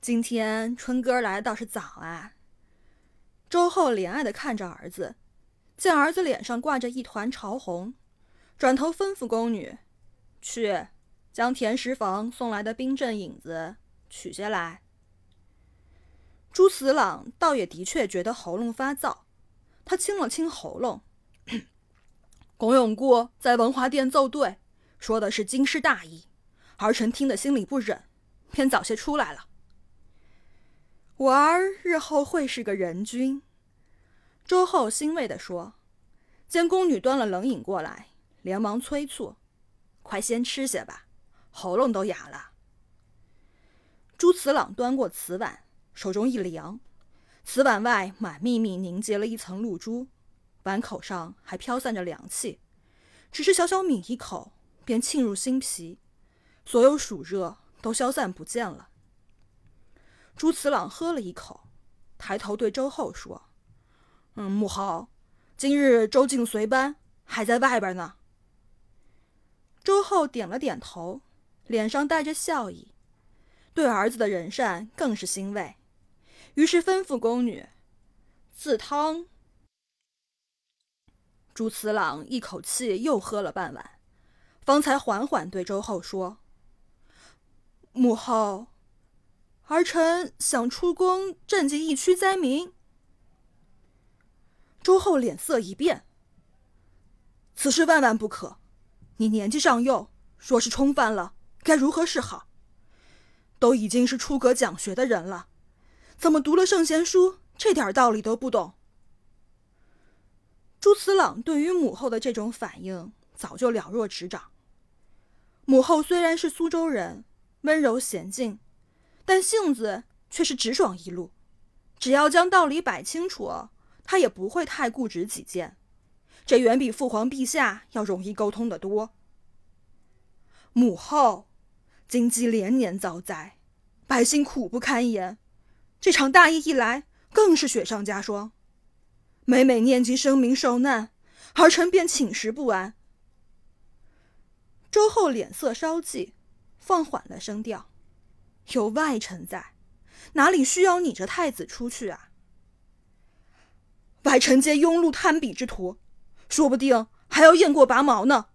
今天春哥来的倒是早啊。周后怜爱地看着儿子，见儿子脸上挂着一团潮红，转头吩咐宫女去将田石房送来的冰镇引子取下来。朱慈朗倒也的确觉得喉咙发燥，他清了清喉咙龚永固在文华殿奏对，说的是经师大义，儿臣听得心里不忍，便早些出来了。我儿日后会是个人君。周后欣慰地说，见宫女端了冷饮过来，连忙催促，快先吃些吧，喉咙都哑了。朱慈朗端过瓷碗，手中一凉，瓷碗外满密密凝结了一层露珠，碗口上还飘散着凉气，只是小小抿一口便沁入心脾，所有暑热都消散不见了。朱慈朗喝了一口，抬头对周后说，母后，今日周敬随班还在外边呢。周后点了点头，脸上带着笑意，对儿子的仁善更是欣慰，于是吩咐宫女自汤。朱慈朗一口气又喝了半碗，方才缓缓对周后说，母后，儿臣想出宫赈济疫区灾民。周后脸色一变，此事万万不可，你年纪尚幼，若是冲犯了，该如何是好？都已经是出阁讲学的人了，怎么读了圣贤书，这点道理都不懂？朱慈朗对于母后的这种反应早就了若指掌。母后虽然是苏州人，温柔娴静，但性子却是直爽一路，只要将道理摆清楚，她也不会太固执己见，这远比父皇陛下要容易沟通得多。母后，经济连年遭灾，百姓苦不堪言，这场大疫一来，更是雪上加霜。每每念及生民受难，儿臣便寝食不安。周后脸色稍霁，放缓了声调，有外臣在，哪里需要你这太子出去啊？外臣皆庸碌贪鄙之徒，说不定还要雁过拔毛呢。